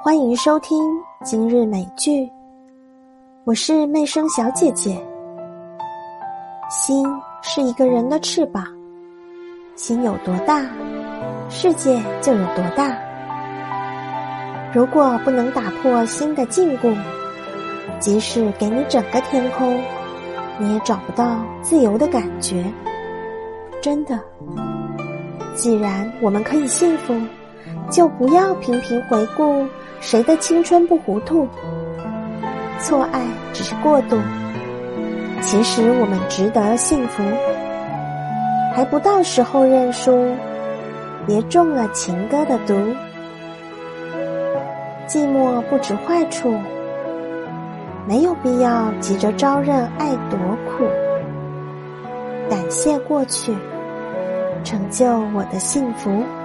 欢迎收听今日美剧，我是媚声小姐姐。心是一个人的翅膀，心有多大，世界就有多大。如果不能打破心的禁锢，即使给你整个天空，你也找不到自由的感觉。真的，既然我们可以幸福，就不要频频回顾谁的青春不糊涂。错爱只是过渡，其实我们值得幸福。还不到时候认输，别中了情歌的毒。寂寞不止坏处，没有必要急着招认爱多苦。感谢过去，成就我的幸福。